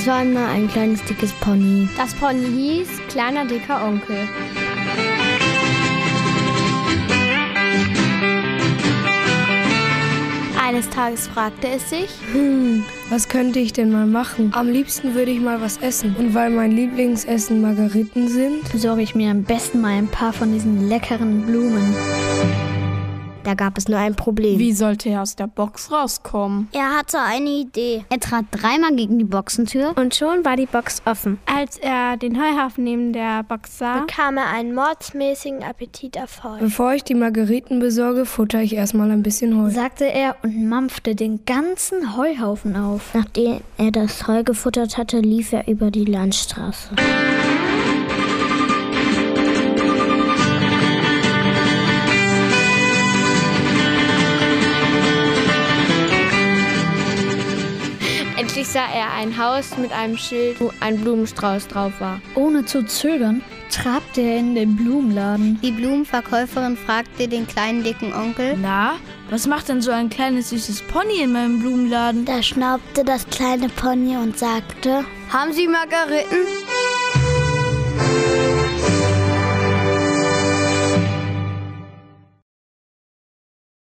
Es war einmal ein kleines, dickes Pony. Das Pony hieß Kleiner, dicker Onkel. Eines Tages fragte es sich, was könnte ich denn mal machen? Am liebsten würde ich mal was essen. Und weil mein Lieblingsessen Margeriten sind, besorge ich mir am besten mal ein paar von diesen leckeren Blumen. Da gab es nur ein Problem. Wie sollte er aus der Box rauskommen? Er hatte eine Idee. Er trat dreimal gegen die Boxentür und schon war die Box offen. Als er den Heuhaufen neben der Box sah, bekam er einen mordsmäßigen Appetit auf Heu. Bevor ich die Margeriten besorge, futter ich erstmal ein bisschen Heu, sagte er und mampfte den ganzen Heuhaufen auf. Nachdem er das Heu gefuttert hatte, lief er über die Landstraße. Endlich sah er ein Haus mit einem Schild, wo ein Blumenstrauß drauf war. Ohne zu zögern, trabte er in den Blumenladen. Die Blumenverkäuferin fragte den kleinen, dicken Onkel: Na, was macht denn so ein kleines, süßes Pony in meinem Blumenladen? Da schnaubte das kleine Pony und sagte: Haben Sie Margeriten?